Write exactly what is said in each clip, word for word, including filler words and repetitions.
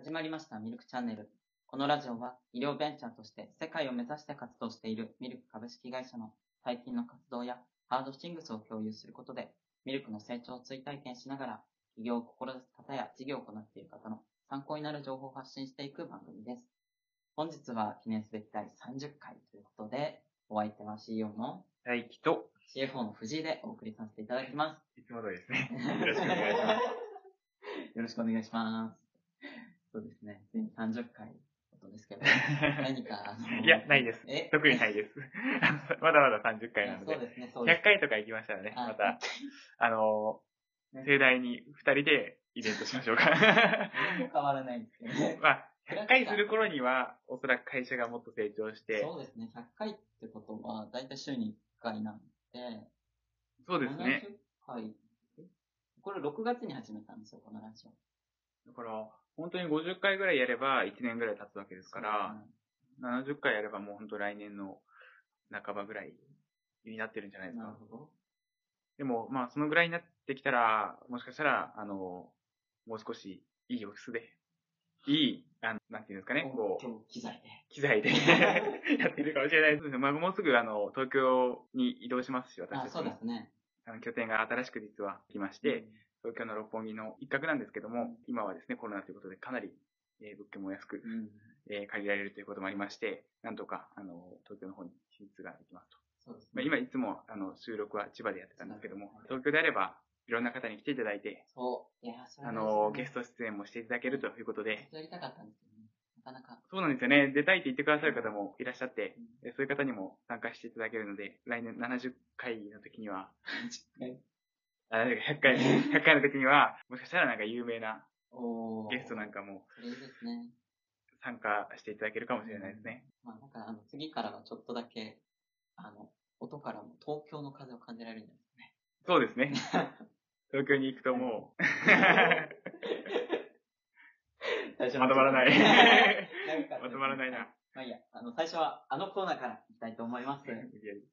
始まりましたミルクチャンネル。このラジオは医療ベンチャーとして世界を目指して活動しているミルク株式会社の最近の活動やハードシングスを共有することで、ミルクの成長を追体験しながら、起業を志す方や事業を行っている方の参考になる情報を発信していく番組です。本日は記念すべき第さんじゅっかいということで、お相手は シーイーオー の大輝とシーエフオー の藤井でお送りさせていただきます。 いつも通りですね。よろしくお願いします。 よろしくお願いします。そうですね。ついにさんじゅっかいのことですけど、何か、あのいや、ないです。 え特にないです。まだまださんじゅっかいなので。 そうですね、そうです。 ひゃっかいとか行きましたらね、 あまた、あのー、盛大にふたりでイベントしましょうか。 何も変わらないんですけどね。 まあ、ひゃっかいする頃には、おそらく会社がもっと成長して。 そうですね、ひゃっかいってことは、だいたい週にいっかいなんで、 そうですね。 ななじゅっかい、これろくがつに始めたんですよ、このラジオ。 だから、本当にごじゅっかいぐらいやればいちねんぐらい経つわけですから、ね、ななじゅっかいやればもう本当来年の半ばぐらいになってるんじゃないですか。 なるほど。 でも、まあ、そのぐらいになってきたら、もしかしたら、あの、もう少しいいオフィスで、いい、あの、なんていうんですかね、こう、 機材で。 機材でやってるかもしれないです。まあ、もうすぐ、あの、東京に移動しますし、私たちも。 あ、そうですね。 あの、拠点が新しく実は来まして、うん、東京の六本木の一角なんですけども、今はですね、コロナということでかなり、えー、物件も安く、うん、えー、借りられるということもありまして、なんとか、あの、東京の方に進出ができますと。そうですね。まあ、今いつもあの収録は千葉でやってたんですけども、東京であればいろんな方に来ていただいて、 そう。いや、それあの、ゲスト出演もしていただけるということで。 やりたかったんですけどね。なかなか。 そうなんですよね。出たいって言ってくださる方もいらっしゃって、うん、そういう方にも参加していただけるので、来年ななじゅっかいの時には、あ、ひゃっかい、ひゃっかいの時には、もしかしたらなんか有名なゲストなんかも、 それいいですね。 参加していただけるかもしれないですね。 うん、まあ、なんかあの次からはちょっとだけ、あの、音からも東京の風を感じられるんですね。 そうですね。東京に行くともう、まとまらない。まとまらないな。 まあいいや、あの、最初はあのコーナーからいきたいと思います。はい。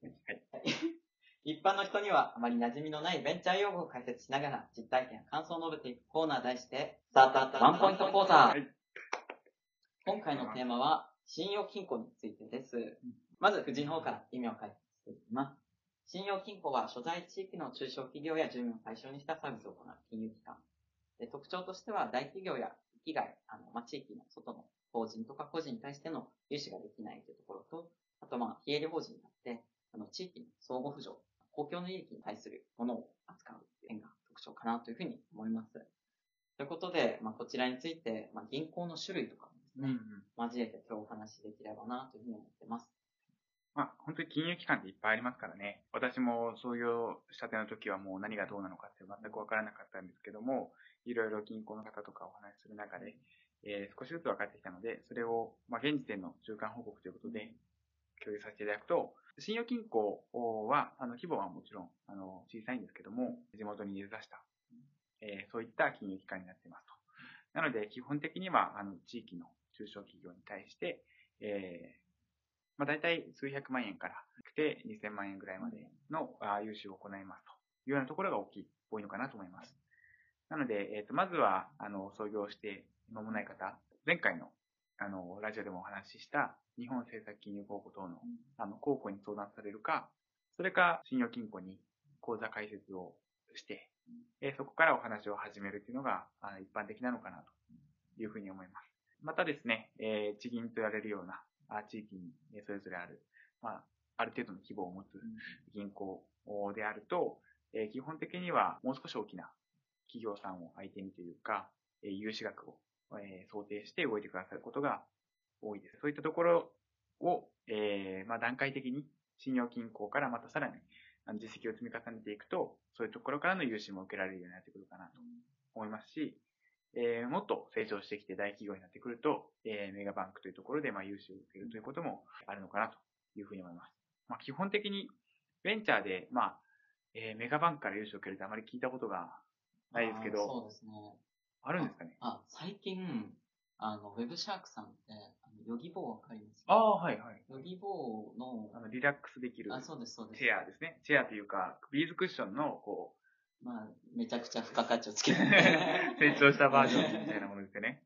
一般の人にはあまり馴染みのないベンチャー用語を解説しながら実体験や感想を述べていくコーナー題して、スタートアップワンポイント講座。はい、今回のテーマは、信用金庫についてです。まず、藤井の方から意味を解説していきます。信用金庫は所在地域の中小企業や住民を対象にしたサービスを行う金融機関。で、特徴としては、大企業や域外、あの、まあ、地域の外の法人とか個人に対しての融資ができないというところと、あと、まあ、非営利法人になって、あの、地域の相互扶助、公共の利益に対するものを扱う点が特徴かなというふうに思います。ということで、まあ、こちらについて、まあ、銀行の種類とかもですね、うんうん、交えて今日お話しできればなというふうに思ってます。 まあ、本当に金融機関っていっぱいありますからね。私も創業したての時はもう何がどうなのかって全くわからなかったんですけども、いろいろ銀行の方とかお話しする中で、えー、少しずつ分かってきたので、それを、まあ、現時点の中間報告ということで共有させていただくと、信用金庫は、あの、規模はもちろん、あの、小さいんですけども、地元に根ざした、えー、そういった金融機関になっていますと。なので、基本的には、あの、地域の中小企業に対して、えー、まあ、大体数百万円からでにせんまんえんぐらいまでの融資を行いますというようなところが大きい、多いのかなと思います。なので、えっと、まずは、あの、創業して間もない方、前回の、あの、ラジオでもお話しした日本政策金融公庫等の、あの、公庫に相談されるか、それか、信用金庫に口座開設をして、えそこからお話を始めるというのが一般的なのかなというふうに思います。またですね、えー、地銀と言われるような地域にそれぞれある、まあ、ある程度の規模を持つ銀行であると、えー、基本的にはもう少し大きな企業さんを相手にというか、えー、融資額を、えー、想定して動いてくださることが多いです。そういったところを、えーまあ、段階的に信用金庫からまたさらに実績を積み重ねていくと、そういうところからの融資も受けられるようになってくるかなと思いますし、えー、もっと成長してきて大企業になってくると、えー、メガバンクというところで、まあ、融資を受けるということもあるのかなというふうに思います。まあ、基本的にベンチャーで、まあ、えー、メガバンクから融資を受けるってあまり聞いたことがないですけど、 そうですね。 あるんですかね。 あ、あ最近、あの、ウェブシャークさんって、あのヨギボーわかりますか？ ああ、はいはい。 ヨギボーの、 あの、リラックスできるあ、そうです、そうです。 チェアですね。チェアというか、ビーズクッションの、こう、まあ、めちゃくちゃ付加価値をつける。 成長したバージョンみたいなものですよね。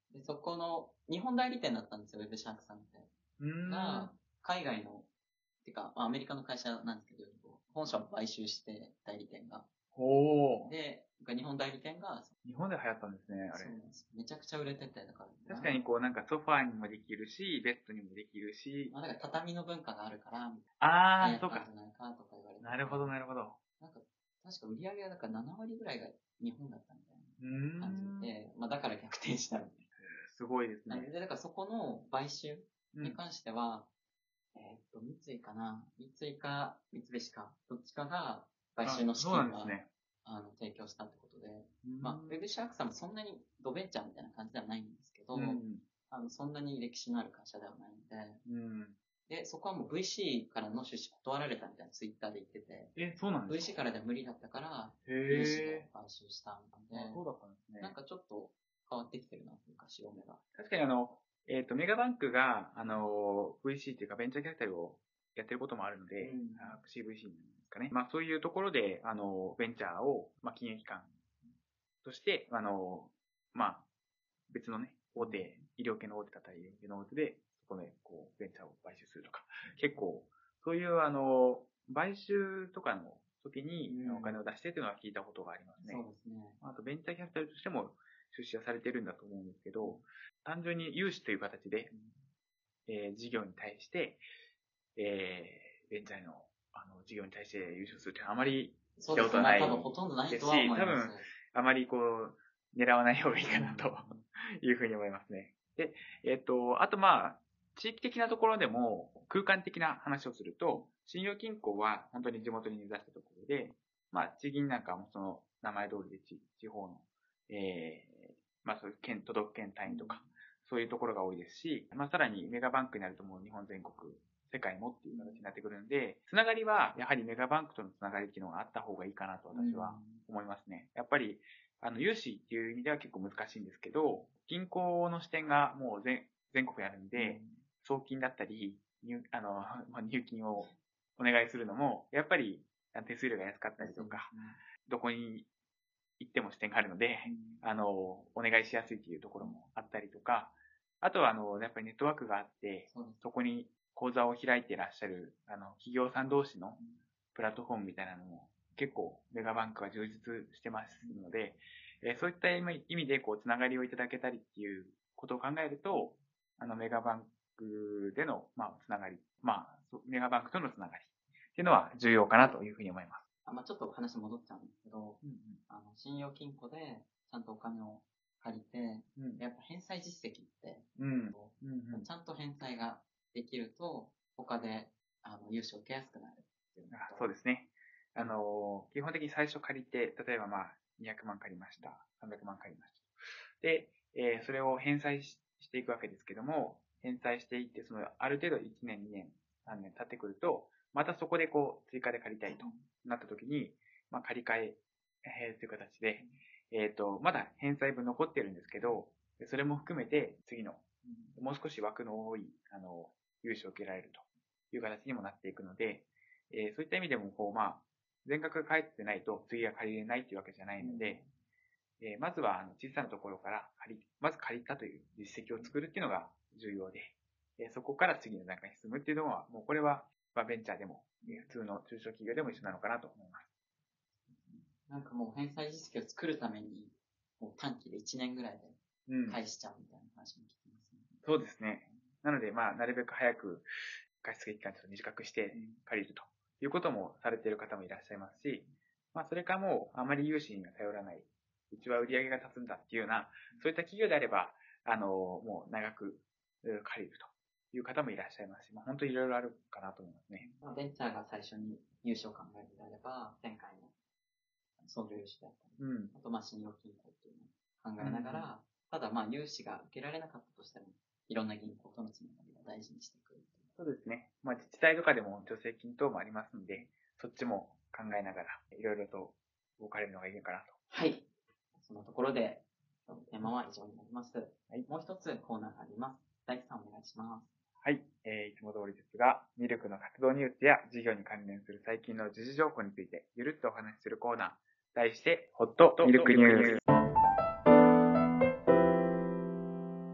で、そこの、日本代理店だったんですよ、ウェブシャークさんって。 うーん。 が、海外の、てか、まあアメリカの会社なんですけど、本社を買収して、代理店が。 ほー。 で、日本代理店が、 日本で流行ったんですね、あれ。 そうなんです。めちゃくちゃ売れてて、だから。 確かにこうなんかソファーにもできるし、ベッドにもできるし。 まあだから畳の文化があるから、みたいあー、 な。 そうか。 じゃないかとか言われて。 なるほど、なるほど。 なんか、確か売り上げがだからなな割ぐらいが日本だったみたいな感うーん。 じで、まあだから逆転したみたいな。 すごいですね。 で、だからそこの買収に関しては、うん、えー、っと、三井かな三井か三菱か、どっちかが買収の資金は、ね、あの提供したってことで、まあ、ウェブシャークさんもそんなにドベンチャーみたいな感じではないんですけど、うん、あのそんなに歴史のある会社ではないので、うん、で、そこはもう ブイシー からの出資断られたみたいなツイッターで言ってて、 え、そうなんですか？ ブイシー からでは無理だったから、 有志で買収したんで、 そうだったんですね。 なんかちょっと変わってきてるなというか、潮目が。 確かにあの、えっ、ー、と、メガバンクが、あの、ブイシー というかベンチャーキャピタルをやってることもあるので、うん、シーブイシー ですかね。まあそういうところで、あの、ベンチャーを、まあ金融機関として、あの、まあ、別のね、大手、医療系の大手だったり、医療系の大手で、そこで、こう、ベンチャーを買収するとか、結構、そういう、あの、買収とかの時にお金を出してというのは聞いたことがありますね。 そうですね。あと、ベンチャーキャピタルとしても出資はされてるんだと思うんですけど、単純に融資という形で、えー、事業に対して、えー、ベンチャーの、あの、事業に対して優勝するってあまり聞いたことはないですし、 多分ほとんどないとは思います。 多分、あまりこう、狙わない方がいいかなというふうに思いますね。で、えっと、あとまあ、地域的なところでも空間的な話をすると、信用金庫は本当に地元に根ざしたところで、まあ、地銀なんかもその名前通りで地地方の、えー、まあそういう県、都道府県単位とか、そういうところが多いですし、まあさらにメガバンクになるともう日本全国、世界もっていう形になってくるんで、つながりはやはりメガバンクとのつながりっていうのがあった方がいいかなと私は思いますね。やっぱり、あの、融資っていう意味では結構難しいんですけど、銀行の視点がもう全、全国にあるんで、送金だったり、入、あの、入金をお願いするのも、やっぱり手数料が安かったりとか、どこに行っても視点があるので、あの、お願いしやすいというところもあったりとか、あとは、あの、やっぱりネットワークがあって、そこに口座を開いていらっしゃる、あの、企業さん同士のプラットフォームみたいなのも結構メガバンクは充実してますので、えー、そういった意味でこうつながりをいただけたりっていうことを考えると、あのメガバンクでのまあつながり、まあメガバンクとのつながりっていうのは重要かなというふうに思います。 あ、まあちょっと話戻っちゃうんですけど、うんうん、あの信用金庫でちゃんとお金を借りて、うん、やっぱ返済実績って、うんうんうん、ちゃんと返済ができると他であの融資を受けやすくなるっていうのと。 あ、そうですね。あの、基本的に最初借りて、例えばまあ、にひゃくまん借りました。さんびゃくまん借りました。で、えー、それを返済 し, していくわけですけども、返済していって、その、ある程度いちねん、にねん、さんねん経ってくると、またそこでこう、追加で借りたいとなった時に、まあ、借り換え、えー、という形で、えっと、まだ返済分残ってるんですけど、それも含めて、次の、もう少し枠の多い、あの、融資を受けられるという形にもなっていくので、えー、そういった意味でも、こう、まあ、全額が返ってないと次は借りれないっていうわけじゃないので、えー、まずはあの小さなところから借り、まず借りたという実績を作るっていうのが重要で、えー、そこから次の段階に進むっていうのは、もうこれは、まあ、ベンチャーでも、普通の中小企業でも一緒なのかなと思います。 なんかもう返済実績を作るために、もう短期でいちねんぐらいで返しちゃうみたいな話も聞きますね。 うん、そうですね。なので、まあ、なるべく早く貸付期間を短くして借りるということもされている方もいらっしゃいますし、まあ、それかもうあまり融資には頼らない、うちは売り上げが立つんだっていうような、そういった企業であれば、あの、もう長く借りるという方もいらっしゃいますし、まあ、本当にいろいろあるかなと思いますね。 まあ、ベンチャーが最初に融資を考えるのであれば、前回の創業融資であったり、うん、あとまあ信用金庫っていうのを考えながら、うん、ただまあ融資が受けられなかったとしても、いろんな銀行とのつながりを大事にしていく。 そうですね。まあ自治体とかでも助成金等もありますんで、そっちも考えながら、いろいろと動かれるのがいいのかなと。 はい。そのところで、今日のテーマは以上になります。はい、もう一つコーナーがあります。大地さんお願いします。 はい。えー、いつも通りですが、ミルクの活動ニュースや事業に関連する最近の時事情報について、ゆるっとお話しするコーナー、題して、ホットミルクニュース。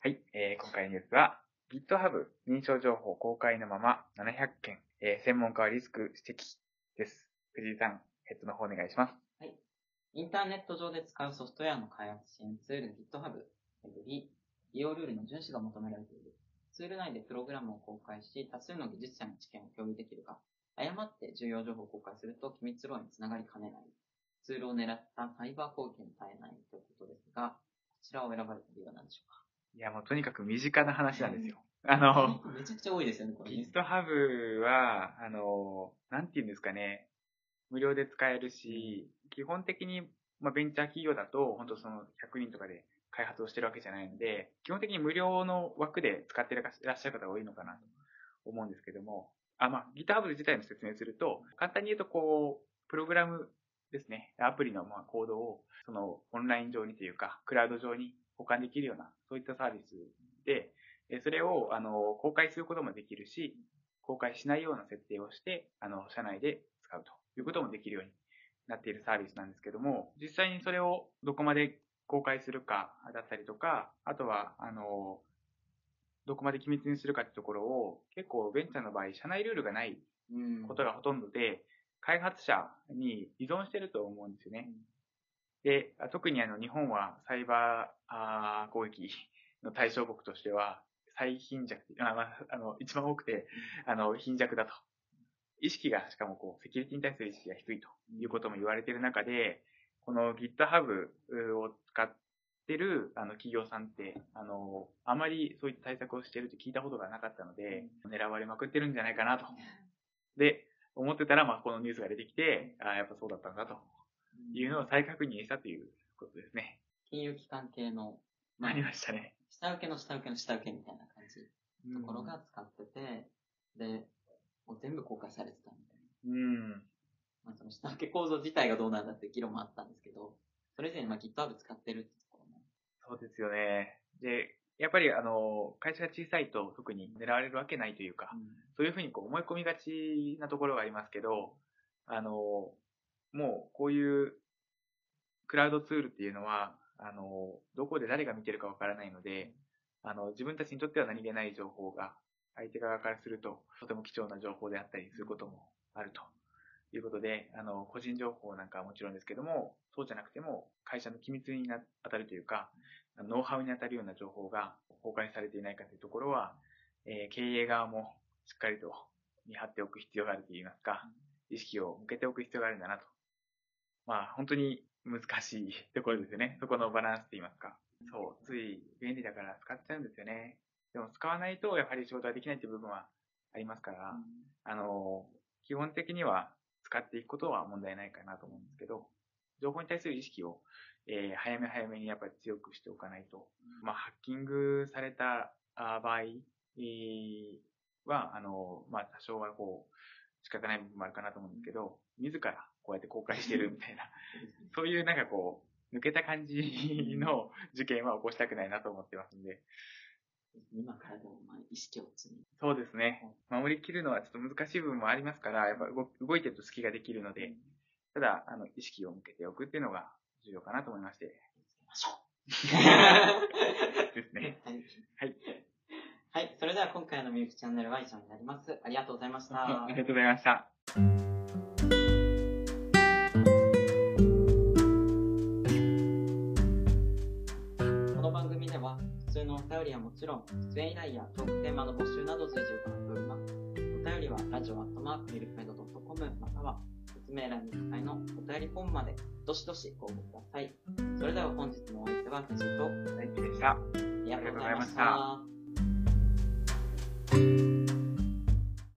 はい、えー、今回のニュースは GitHub 認証情報公開のままななひゃくけん、えー、専門家はリスク指摘です。藤井さん、ヘッドの方お願いします。 はい。インターネット上で使うソフトウェアの開発支援ツール GitHub より利用ルールの遵守が求められている。ツール内でプログラムを公開し、多数の技術者の知見を共有できるが、誤って重要情報を公開すると機密漏洩につながりかねない。ツールを狙ったサイバー攻撃に耐えないということですが、こちらを選ばれた理由は何でしょうか？ いや、もうとにかく身近な話なんですよ。あの、 めちゃくちゃ多いですよね、これ、ね。 GitHub は、あの、なんて言うんですかね、無料で使えるし、基本的に、まあ、ベンチャー企業だと、本当そのひゃくにんとかで開発をしてるわけじゃないので、基本的に無料の枠で使っていらっしゃる方が多いのかなと思うんですけども、あ、まあ、GitHub 自体の説明すると、簡単に言うと、こう、プログラムですね、アプリのまあコードを、そのオンライン上にというか、クラウド上に保管できるような、そういったサービスで、それを、あの、公開することもできるし、公開しないような設定をして、あの、社内で使うということもできるようになっているサービスなんですけども、実際にそれをどこまで公開するかだったりとか、あとは、あの、どこまで機密にするかってところを、結構ベンチャーの場合、社内ルールがないことがほとんどで、開発者に依存してると思うんですよね。で、特にあの日本はサイバー攻撃の対象国としては、最貧弱、あ、まあ、あの、一番多くて、あの、貧弱だと。意識が、しかもこう、セキュリティに対する意識が低いということも言われている中で、この GitHub を使ってるあの企業さんって、あの、あまりそういった対策をしていると聞いたことがなかったので、狙われまくってるんじゃないかなと。で、思ってたら、まあ、このニュースが出てきて、ああ、やっぱそうだったんだというのを再確認したということですね。 金融機関系の、 まあ、ありましたね。 下請けの下請けの下請けみたいな感じのところが使ってて、うん、で、もう全部公開されてたみたいな。うん。まあ、その下請け構造自体がどうなんだって議論もあったんですけど、それ以前にまあ GitHub 使ってるってところも。 そうですよね。で、やっぱりあの、会社が小さいと特に狙われるわけないというか、うん、そういうふうにこう思い込みがちなところがありますけど、あの、もうこういうクラウドツールっていうのは、あの、どこで誰が見てるかわからないので、あの、自分たちにとっては何気ない情報が、相手側からすると、とても貴重な情報であったりすることもあるということで、あの、個人情報なんかはもちろんですけども、そうじゃなくても、会社の機密に当たるというか、ノウハウに当たるような情報が公開されていないかというところは、えー、経営側もしっかりと見張っておく必要があるといいますか、意識を向けておく必要があるんだなと。まあ、本当に難しいところですよね。そこのバランスといいますか。そう、つい便利だから使っちゃうんですよね。でも使わないとやはり仕事ができないという部分はありますから、うん、あの、基本的には使っていくことは問題ないかなと思うんですけど、情報に対する意識を、えー、早め早めにやっぱり強くしておかないと、うん、まあ、ハッキングされた場合、えー、は、あの、まあ、多少はこう、仕方ない部分もあるかなと思うんですけど、自らこうやって公開してるみたいな、そういうなんかこう、抜けた感じの事件は起こしたくないなと思ってますんで。 今からでもまあ意識を積み。 そうですね。守りきるのはちょっと難しい部分もありますから、やっぱ動いてると隙ができるので、ただ、あの、意識を向けておくっていうのが重要かなと思いまして。 ましょう。ですね。 はい。はい。それでは今回のみゆきチャンネルは以上になります。ありがとうございました。 ありがとうございました。 この番組では、普通のお便りはもちろん、出演依頼やトークテーマの募集など随時行っております。お便りは、ラジオアットマークミルクメイドドットコムまたは、説明欄に記載のお便りフォームまで、どしどしご応募ください。それでは本日のお相手は藤井と大輝でした。 ありがとうございました。